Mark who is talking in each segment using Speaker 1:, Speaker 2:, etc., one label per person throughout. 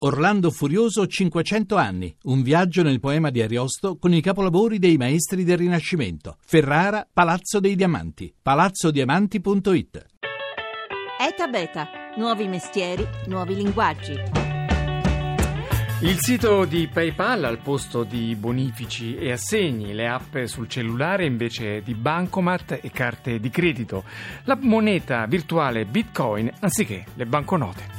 Speaker 1: Orlando Furioso 500 anni, un viaggio nel poema di Ariosto con i capolavori dei maestri del Rinascimento. Ferrara, Palazzo dei Diamanti, palazzodiamanti.it.
Speaker 2: ETA Beta, nuovi mestieri, nuovi linguaggi.
Speaker 3: Il sito di PayPal al posto di bonifici e assegni, le app sul cellulare invece di bancomat e carte di credito, la moneta virtuale Bitcoin anziché le banconote.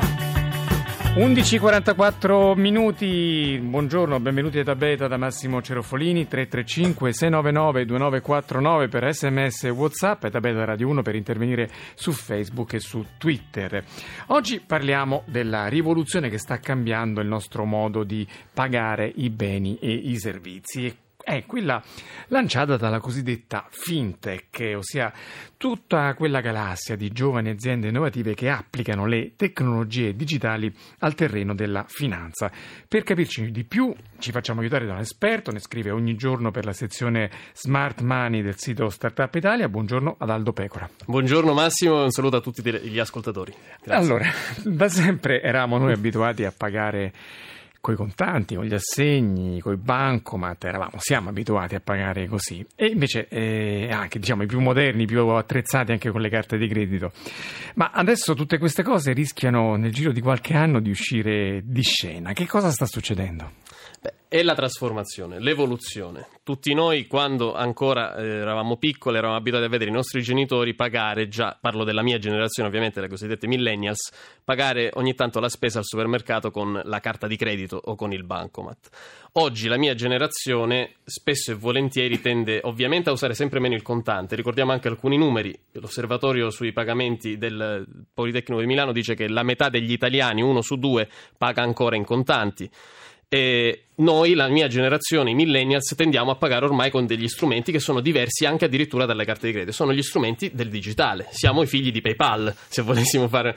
Speaker 3: 11:44 minuti, buongiorno, benvenuti a ETA Beta da Massimo Cerofolini. 335 699 2949 per sms e WhatsApp, ETA Beta Radio 1 per intervenire su Facebook e su Twitter. Oggi parliamo della rivoluzione che sta cambiando il nostro modo di pagare i beni e i servizi. È quella lanciata dalla cosiddetta fintech, ossia tutta quella galassia di giovani aziende innovative che applicano le tecnologie digitali al terreno della finanza. Per capirci di più ci facciamo aiutare da un esperto, ne scrive ogni giorno per la sezione Smart Money del sito Startup Italia. Buongiorno ad Aldo Pecora.
Speaker 4: Buongiorno Massimo e un saluto a tutti gli ascoltatori. Grazie.
Speaker 3: Allora, da sempre eravamo noi abituati a pagare coi contanti, con gli assegni, coi bancomat, siamo abituati a pagare così, e invece anche i più moderni, più attrezzati anche con le carte di credito. Ma adesso tutte queste cose rischiano nel giro di qualche anno di uscire di scena. Che cosa sta succedendo?
Speaker 4: È la trasformazione, l'evoluzione. Tutti noi, quando ancora eravamo piccoli, eravamo abituati a vedere i nostri genitori pagare, già parlo della mia generazione ovviamente, le cosiddette millennials, pagare ogni tanto la spesa al supermercato con la carta di credito o con il bancomat. Oggi la mia generazione spesso e volentieri tende ovviamente a usare sempre meno il contante. Ricordiamo anche alcuni numeri. L'osservatorio sui pagamenti del Politecnico di Milano dice che la metà degli italiani, 1 su 2, paga ancora in contanti. E noi, la mia generazione, i millennials, tendiamo a pagare ormai con degli strumenti che sono diversi anche addirittura dalle carte di credito. Sono gli strumenti del digitale. Siamo i figli di PayPal, se volessimo fare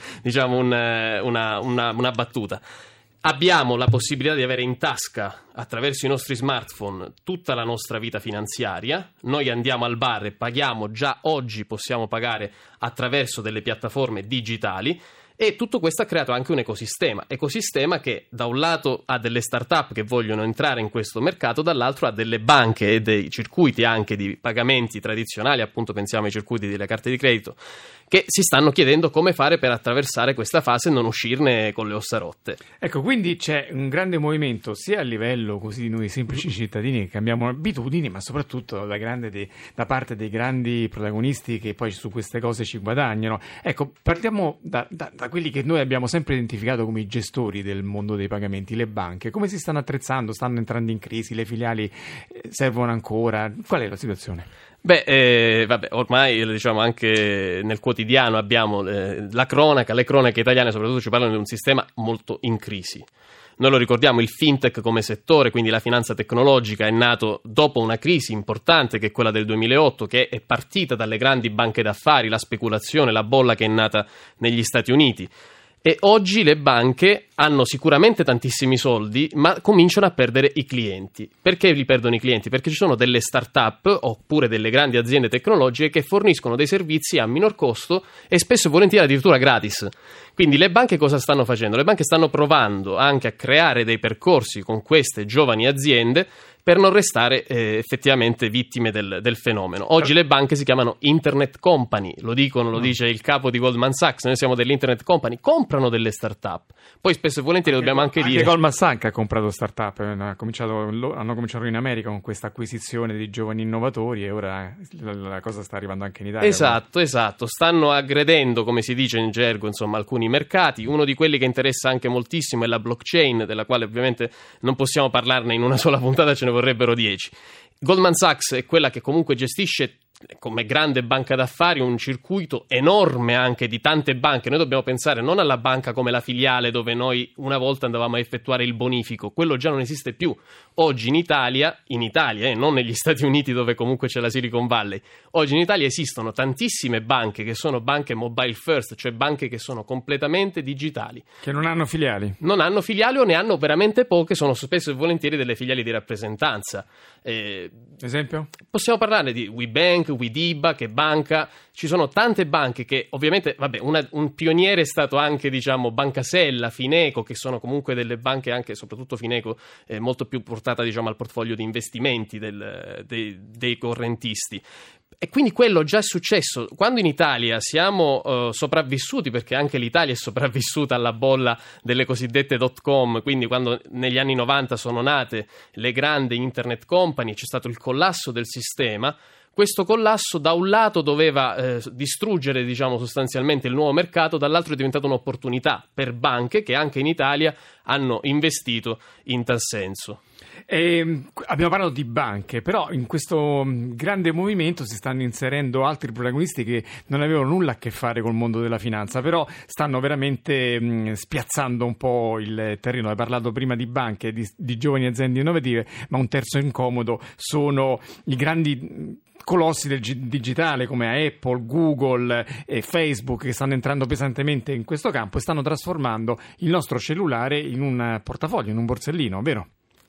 Speaker 4: una battuta. Abbiamo la possibilità di avere in tasca, attraverso i nostri smartphone, tutta la nostra vita finanziaria. Noi andiamo al bar e paghiamo, già oggi possiamo pagare attraverso delle piattaforme digitali. E tutto questo ha creato anche un ecosistema che da un lato ha delle start-up che vogliono entrare in questo mercato, dall'altro ha delle banche e dei circuiti anche di pagamenti tradizionali, appunto pensiamo ai circuiti delle carte di credito, che si stanno chiedendo come fare per attraversare questa fase e non uscirne con le ossa rotte.
Speaker 3: Ecco, quindi c'è un grande movimento sia a livello così di noi semplici cittadini che cambiamo abitudini, ma soprattutto da parte dei grandi protagonisti che poi su queste cose ci guadagnano. Ecco, partiamo da quelli che noi abbiamo sempre identificato come i gestori del mondo dei pagamenti, le banche. Come si stanno attrezzando? Stanno entrando in crisi? Le filiali servono ancora? Qual è la situazione?
Speaker 4: Ormai anche nel quotidiano abbiamo le cronache italiane soprattutto ci parlano di un sistema molto in crisi. Noi lo ricordiamo, il fintech come settore, quindi la finanza tecnologica, è nato dopo una crisi importante che è quella del 2008, che è partita dalle grandi banche d'affari, la speculazione, la bolla che è nata negli Stati Uniti. E oggi le banche hanno sicuramente tantissimi soldi, ma cominciano a perdere i clienti. Perché li perdono i clienti? Perché ci sono delle start-up oppure delle grandi aziende tecnologiche che forniscono dei servizi a minor costo e spesso e volentieri addirittura gratis. Quindi le banche cosa stanno facendo? Le banche stanno provando anche a creare dei percorsi con queste giovani aziende per non restare effettivamente vittime del fenomeno. Oggi le banche si chiamano internet company, lo dice il capo di Goldman Sachs, noi siamo dell'internet company, comprano delle start-up. Poi spesso e volentieri dobbiamo anche dire...
Speaker 3: Goldman Sachs ha comprato start-up, hanno cominciato in America con questa acquisizione di giovani innovatori e ora la cosa sta arrivando anche in Italia.
Speaker 4: Esatto, stanno aggredendo, come si dice in gergo, alcuni mercati. Uno di quelli che interessa anche moltissimo è la blockchain, della quale ovviamente non possiamo parlarne in una sola puntata, ce ne vorrebbero 10. Goldman Sachs è quella che comunque gestisce come grande banca d'affari un circuito enorme anche di tante banche. Noi dobbiamo pensare non alla banca come la filiale dove noi una volta andavamo a effettuare il bonifico, quello già non esiste più. Oggi in Italia, non negli Stati Uniti dove comunque c'è la Silicon Valley, oggi in Italia esistono tantissime banche che sono banche mobile first, cioè banche che sono completamente digitali.
Speaker 3: Che non hanno filiali.
Speaker 4: Non hanno filiali o ne hanno veramente poche, sono spesso e volentieri delle filiali di rappresentanza.
Speaker 3: Esempio?
Speaker 4: Possiamo parlare di WeBank, Widiba, che Banca, ci sono tante banche che ovviamente, un pioniere è stato anche Banca Sella, Fineco, che sono comunque delle banche, anche soprattutto Fineco, molto più portata al portfolio di investimenti dei correntisti. E quindi quello già è successo. Quando in Italia siamo sopravvissuti, perché anche l'Italia è sopravvissuta alla bolla delle cosiddette .com, quindi quando negli anni 90 sono nate le grandi internet company, c'è stato il collasso del sistema. Questo collasso da un lato doveva distruggere sostanzialmente il nuovo mercato, dall'altro è diventata un'opportunità per banche che anche in Italia hanno investito in tal senso.
Speaker 3: Abbiamo parlato di banche, però in questo grande movimento si stanno inserendo altri protagonisti che non avevano nulla a che fare col mondo della finanza, però stanno veramente spiazzando un po' il terreno. Hai parlato prima di banche, di giovani aziende innovative, ma un terzo incomodo sono i grandi colossi del digitale come Apple, Google e Facebook, che stanno entrando pesantemente in questo campo e stanno trasformando il nostro cellulare in un portafoglio, in un borsellino, vero?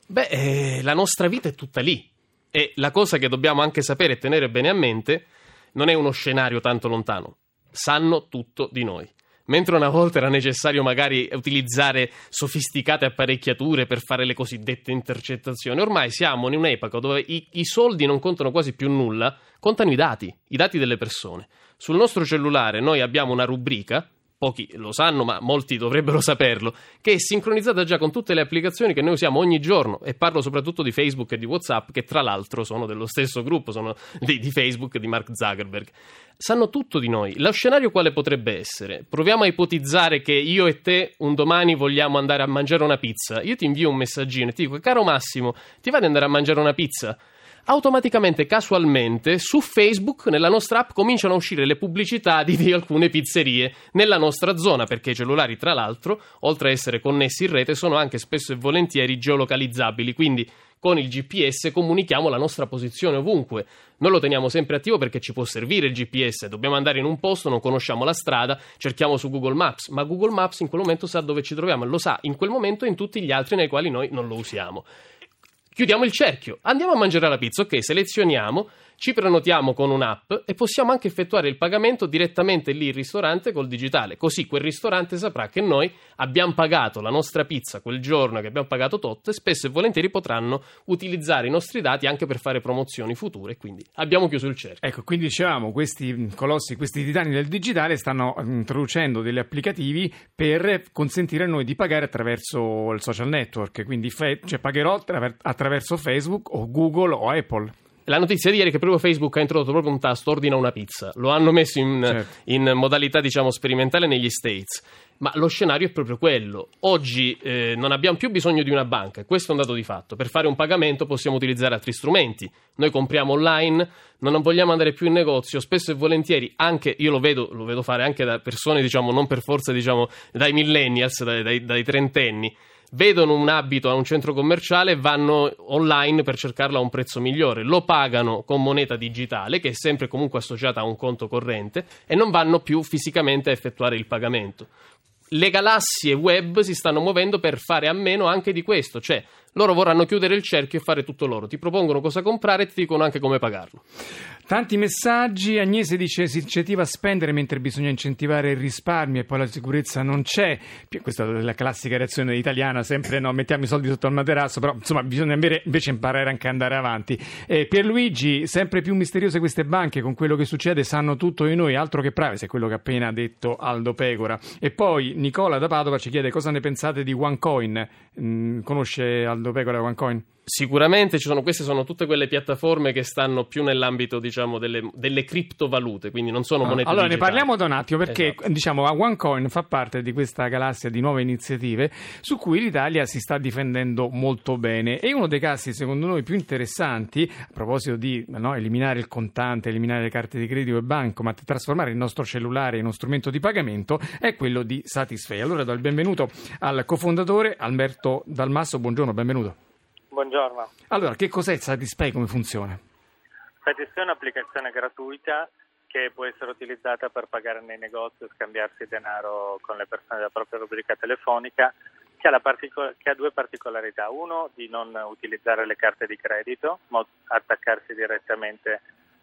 Speaker 4: La nostra vita è tutta lì, e la cosa che dobbiamo anche sapere e tenere bene a mente non è uno scenario tanto lontano. Sanno tutto di noi. Mentre una volta era necessario magari utilizzare sofisticate apparecchiature per fare le cosiddette intercettazioni, ormai siamo in un'epoca dove i soldi non contano quasi più nulla, contano i dati delle persone. Sul nostro cellulare noi abbiamo una rubrica, pochi lo sanno ma molti dovrebbero saperlo, che è sincronizzata già con tutte le applicazioni che noi usiamo ogni giorno, e parlo soprattutto di Facebook e di WhatsApp, che tra l'altro sono dello stesso gruppo, sono di Facebook e di Mark Zuckerberg. Sanno tutto di noi. Lo scenario quale potrebbe essere? Proviamo a ipotizzare che io e te un domani vogliamo andare a mangiare una pizza. Io ti invio un messaggino e ti dico: caro Massimo, ti va di andare a mangiare una pizza? Automaticamente, casualmente, su Facebook, nella nostra app, cominciano a uscire le pubblicità di alcune pizzerie nella nostra zona, perché i cellulari, tra l'altro, oltre a essere connessi in rete, sono anche spesso e volentieri geolocalizzabili, quindi con il GPS comunichiamo la nostra posizione ovunque. Noi lo teniamo sempre attivo perché ci può servire il GPS. Dobbiamo andare in un posto, non conosciamo la strada, cerchiamo su Google Maps, ma Google Maps in quel momento sa dove ci troviamo e lo sa in quel momento e in tutti gli altri nei quali noi non lo usiamo. Chiudiamo il cerchio, andiamo a mangiare la pizza, ok, selezioniamo, ci prenotiamo con un'app e possiamo anche effettuare il pagamento direttamente lì in ristorante col digitale, così quel ristorante saprà che noi abbiamo pagato la nostra pizza quel giorno, che abbiamo pagato tot, e spesso e volentieri potranno utilizzare i nostri dati anche per fare promozioni future, quindi abbiamo chiuso il cerchio.
Speaker 3: Ecco, quindi dicevamo, questi colossi, questi titani del digitale stanno introducendo degli applicativi per consentire a noi di pagare attraverso il social network, quindi pagherò attraverso Facebook o Google o Apple.
Speaker 4: La notizia di ieri è che proprio Facebook ha introdotto proprio un tasto ordina una pizza, lo hanno messo in modalità sperimentale negli States, ma lo scenario è proprio quello. Oggi non abbiamo più bisogno di una banca, questo è un dato di fatto. Per fare un pagamento possiamo utilizzare altri strumenti, noi compriamo online, non vogliamo andare più in negozio, spesso e volentieri, anche io lo vedo fare anche da persone non per forza dai millennials, dai trentenni. Vedono un abito a un centro commerciale e vanno online per cercarlo a un prezzo migliore, lo pagano con moneta digitale che è sempre comunque associata a un conto corrente e non vanno più fisicamente a effettuare il pagamento. Le galassie web si stanno muovendo per fare a meno anche di questo, cioè loro vorranno chiudere il cerchio e fare tutto loro, ti propongono cosa comprare e ti dicono anche come pagarlo.
Speaker 3: Tanti messaggi. Agnese dice: si incentiva a spendere mentre bisogna incentivare il risparmio e poi la sicurezza non c'è. Questa è la classica reazione italiana, sempre no, mettiamo i soldi sotto al materasso, però insomma bisogna invece imparare anche ad andare avanti. Pierluigi, sempre più misteriose queste banche, con quello che succede sanno tutto di noi, altro che privacy, è quello che ha appena detto Aldo Pecora. E poi Nicola da Padova ci chiede cosa ne pensate di OneCoin. Conosce Aldo Pecora OneCoin?
Speaker 4: Sicuramente queste sono tutte quelle piattaforme che stanno più nell'ambito delle criptovalute, quindi non sono monete
Speaker 3: allora
Speaker 4: digitali.
Speaker 3: Ne parliamo da un attimo, perché OneCoin fa parte di questa galassia di nuove iniziative su cui l'Italia si sta difendendo molto bene, e uno dei casi secondo noi più interessanti, a proposito di eliminare il contante, eliminare le carte di credito e bancomat, trasformare il nostro cellulare in uno strumento di pagamento, è quello di Satispay. Allora do il benvenuto al cofondatore Alberto Dalmasso. Buongiorno, benvenuto.
Speaker 5: Buongiorno.
Speaker 3: Allora, che cos'è Satispay? Come funziona?
Speaker 5: Satispay è un'applicazione gratuita che può essere utilizzata per pagare nei negozi e scambiarsi denaro con le persone della propria rubrica telefonica, che ha due particolarità. Uno, di non utilizzare le carte di credito, ma attaccarsi direttamente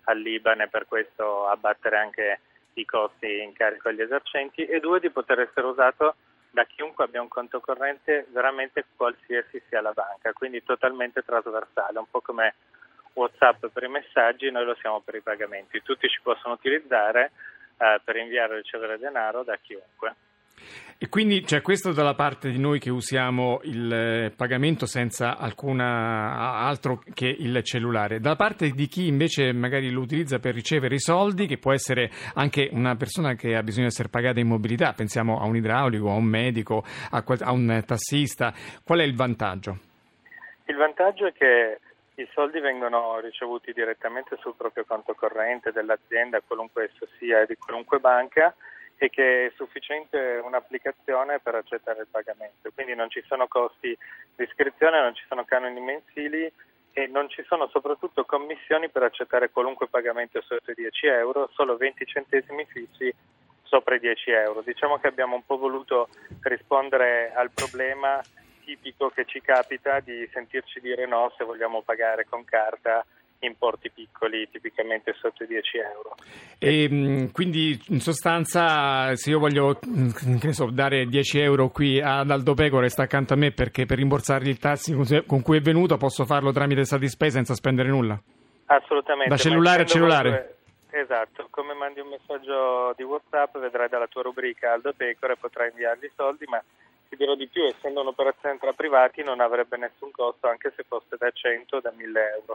Speaker 5: all'IBAN e per questo abbattere anche i costi in carico agli esercenti, e 2, di poter essere usato da chiunque abbia un conto corrente, veramente qualsiasi sia la banca, quindi totalmente trasversale, un po' come WhatsApp per i messaggi, noi lo siamo per i pagamenti. Tutti ci possono utilizzare per inviare o ricevere denaro da chiunque.
Speaker 3: E quindi c'è questo dalla parte di noi che usiamo il pagamento senza alcuna altro che il cellulare. Dalla parte di chi invece magari lo utilizza per ricevere i soldi, che può essere anche una persona che ha bisogno di essere pagata in mobilità, pensiamo a un idraulico, a un medico, a un tassista. Qual è il vantaggio? Il
Speaker 5: vantaggio è che i soldi vengono ricevuti direttamente sul proprio conto corrente dell'azienda, qualunque esso sia, di qualunque banca, e che è sufficiente un'applicazione per accettare il pagamento. Quindi non ci sono costi di iscrizione, non ci sono canoni mensili e non ci sono soprattutto commissioni per accettare qualunque pagamento sotto i 10 euro, solo 20 centesimi fissi sopra i 10 euro. Diciamo che abbiamo un po' voluto rispondere al problema tipico che ci capita di sentirci dire no se vogliamo pagare con carta importi piccoli, tipicamente sotto i 10 euro.
Speaker 3: E quindi in sostanza, se io voglio dare 10 euro qui ad Aldo Pecora e sta accanto a me perché per rimborsargli il taxi con cui è venuto, posso farlo tramite Satispay senza spendere nulla?
Speaker 5: Assolutamente.
Speaker 3: Da cellulare a cellulare?
Speaker 5: Esatto, come mandi un messaggio di WhatsApp vedrai dalla tua rubrica Aldo Pecora e potrai inviargli i soldi, ma ti dirò di più, essendo un'operazione tra privati non avrebbe nessun costo anche se fosse da 100 o da 1000 euro.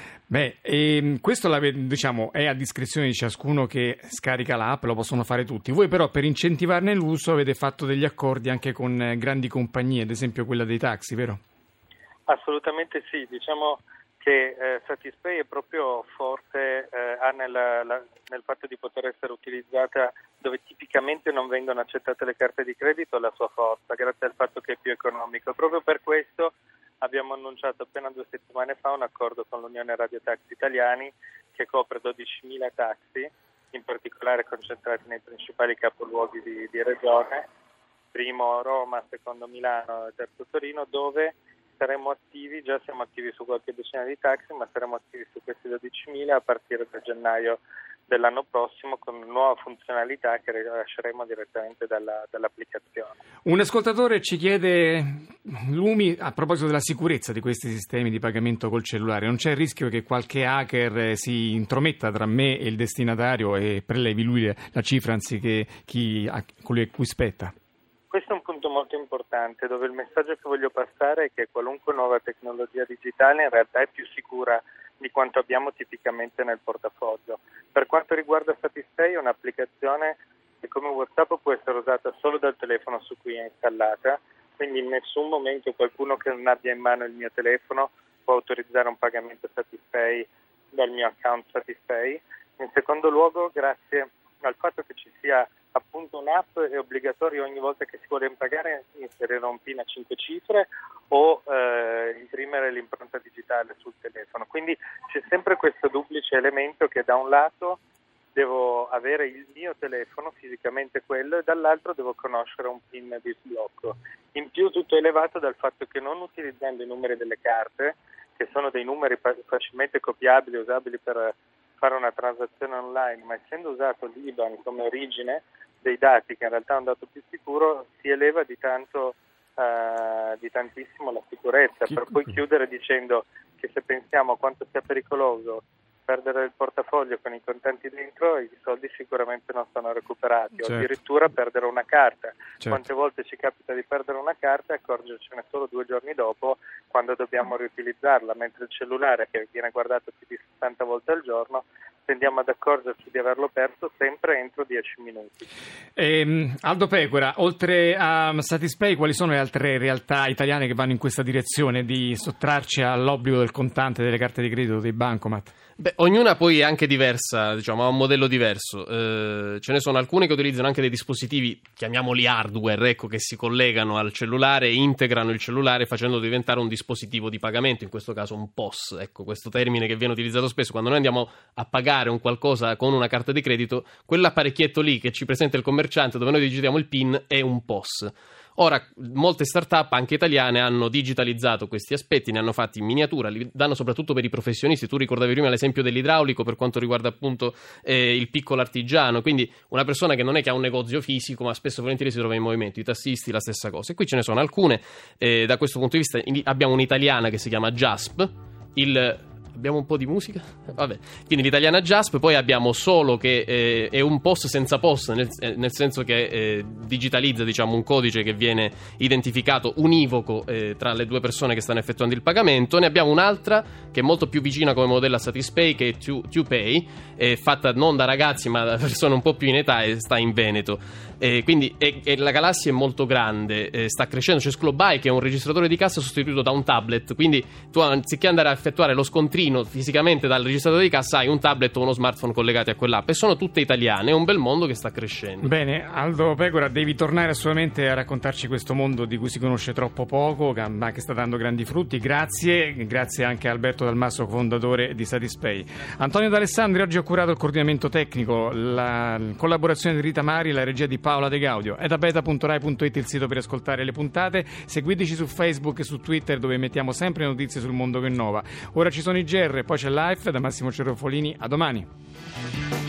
Speaker 3: Questo è a discrezione di ciascuno che scarica l'app, lo possono fare tutti. Voi però per incentivarne l'uso avete fatto degli accordi anche con grandi compagnie, ad esempio quella dei taxi, vero?
Speaker 5: Assolutamente sì, diciamo che Satispay è proprio forte nel fatto di poter essere utilizzata dove tipicamente non vengono accettate le carte di credito, la sua forza, grazie al fatto che è più economico. Proprio per questo abbiamo annunciato appena 2 settimane fa un accordo con l'Unione Radio Taxi Italiani che copre 12.000 taxi, in particolare concentrati nei principali capoluoghi di regione, primo Roma, secondo Milano e terzo Torino, dove saremo attivi, già siamo attivi su qualche decina di taxi, ma saremo attivi su questi 12.000 a partire da gennaio dell'anno prossimo con nuova funzionalità che rilasceremo direttamente dall'applicazione. Un ascoltatore ci chiede, Lumi, a proposito della sicurezza di questi sistemi di pagamento col cellulare, non c'è il rischio che qualche hacker si intrometta tra me e il destinatario e prelevi lui la cifra anziché colui a cui spetta? Questo è un punto molto importante, dove il messaggio che voglio passare è che qualunque nuova tecnologia digitale in realtà è più sicura di quanto abbiamo tipicamente nel portafoglio. Per quanto riguarda Satispay, è un'applicazione che come WhatsApp può essere usata solo dal telefono su cui è installata, quindi in nessun momento qualcuno che non abbia in mano il mio telefono può autorizzare un pagamento Satispay dal mio account Satispay. In secondo luogo, grazie al fatto che ci sia appunto un'app, è obbligatorio ogni volta che si vuole pagare inserire un PIN a 5 cifre o imprimere l'impronta digitale sul telefono. Quindi c'è sempre questo duplice elemento che da un lato devo avere il mio telefono, fisicamente quello, e dall'altro devo conoscere un PIN di sblocco. In più tutto è elevato dal fatto che non utilizzando i numeri delle carte, che sono dei numeri facilmente copiabili, usabili per fare una transazione online, ma essendo usato l'IBAN come origine dei dati, che in realtà è un dato più sicuro, si eleva di tantissimo la sicurezza, per poi chiudere dicendo che se pensiamo a quanto sia pericoloso perdere il portafoglio con i contanti dentro, i soldi sicuramente non sono recuperati, o addirittura perdere una carta. Quante volte ci capita di perdere una carta e accorgercene solo 2 giorni dopo quando dobbiamo riutilizzarla, mentre il cellulare, che viene guardato più di 60 volte al giorno, tendiamo ad accorgerci di averlo perso sempre entro 10 minuti. Aldo Pecora, oltre a Satispay, quali sono le altre realtà italiane che vanno in questa direzione di sottrarci all'obbligo del contante, delle carte di credito, dei bancomat?
Speaker 4: Ognuna poi è anche diversa, diciamo, ha un modello diverso. Ce ne sono alcune che utilizzano anche dei dispositivi, chiamiamoli hardware, ecco, che si collegano al cellulare e integrano il cellulare facendolo diventare un dispositivo di pagamento, in questo caso un POS, ecco, questo termine che viene utilizzato spesso quando noi andiamo a pagare un qualcosa con una carta di credito, quell'apparecchietto lì che ci presenta il commerciante dove noi digitiamo il PIN è un POS. Ora, molte start-up, anche italiane, hanno digitalizzato questi aspetti, ne hanno fatti in miniatura, li danno soprattutto per i professionisti. Tu ricordavi prima l'esempio dell'idraulico per quanto riguarda appunto il piccolo artigiano, quindi una persona che non è che ha un negozio fisico, ma spesso e volentieri si trova in movimento, i tassisti, la stessa cosa. E qui ce ne sono alcune, da questo punto di vista abbiamo un'italiana che si chiama Jasp, abbiamo un po' di musica? Vabbè. Quindi l'italiana Jasp, poi abbiamo Solo che è un POS senza POS, nel senso che digitalizza, diciamo, un codice che viene identificato univoco tra le due persone che stanno effettuando il pagamento. Ne abbiamo un'altra che è molto più vicina come modello a Satispay, che è 2Pay, è fatta non da ragazzi ma da persone un po' più in età e sta in Veneto. Quindi la galassia è molto grande, sta crescendo. C'è Sclobuy che è un registratore di cassa sostituito da un tablet, quindi tu anziché andare a effettuare lo scontrino fisicamente dal registratore di cassa hai un tablet o uno smartphone collegati a quell'app, e sono tutte italiane. È un bel mondo che sta crescendo.
Speaker 3: Bene, Aldo Pecora, devi tornare assolutamente a raccontarci questo mondo di cui si conosce troppo poco, ma che sta dando grandi frutti. Grazie anche a Alberto Dalmasso, fondatore di Satispay. Antonio D'Alessandri oggi ha curato il coordinamento tecnico, la collaborazione di Rita Mari, la regia di Paola De Gaudio. Etabeta.rai.it il sito per ascoltare le puntate. Seguiteci su Facebook e su Twitter, dove mettiamo sempre notizie sul mondo che innova. Ora ci sono i GR, poi c'è Live da Massimo Cerofolini. A domani.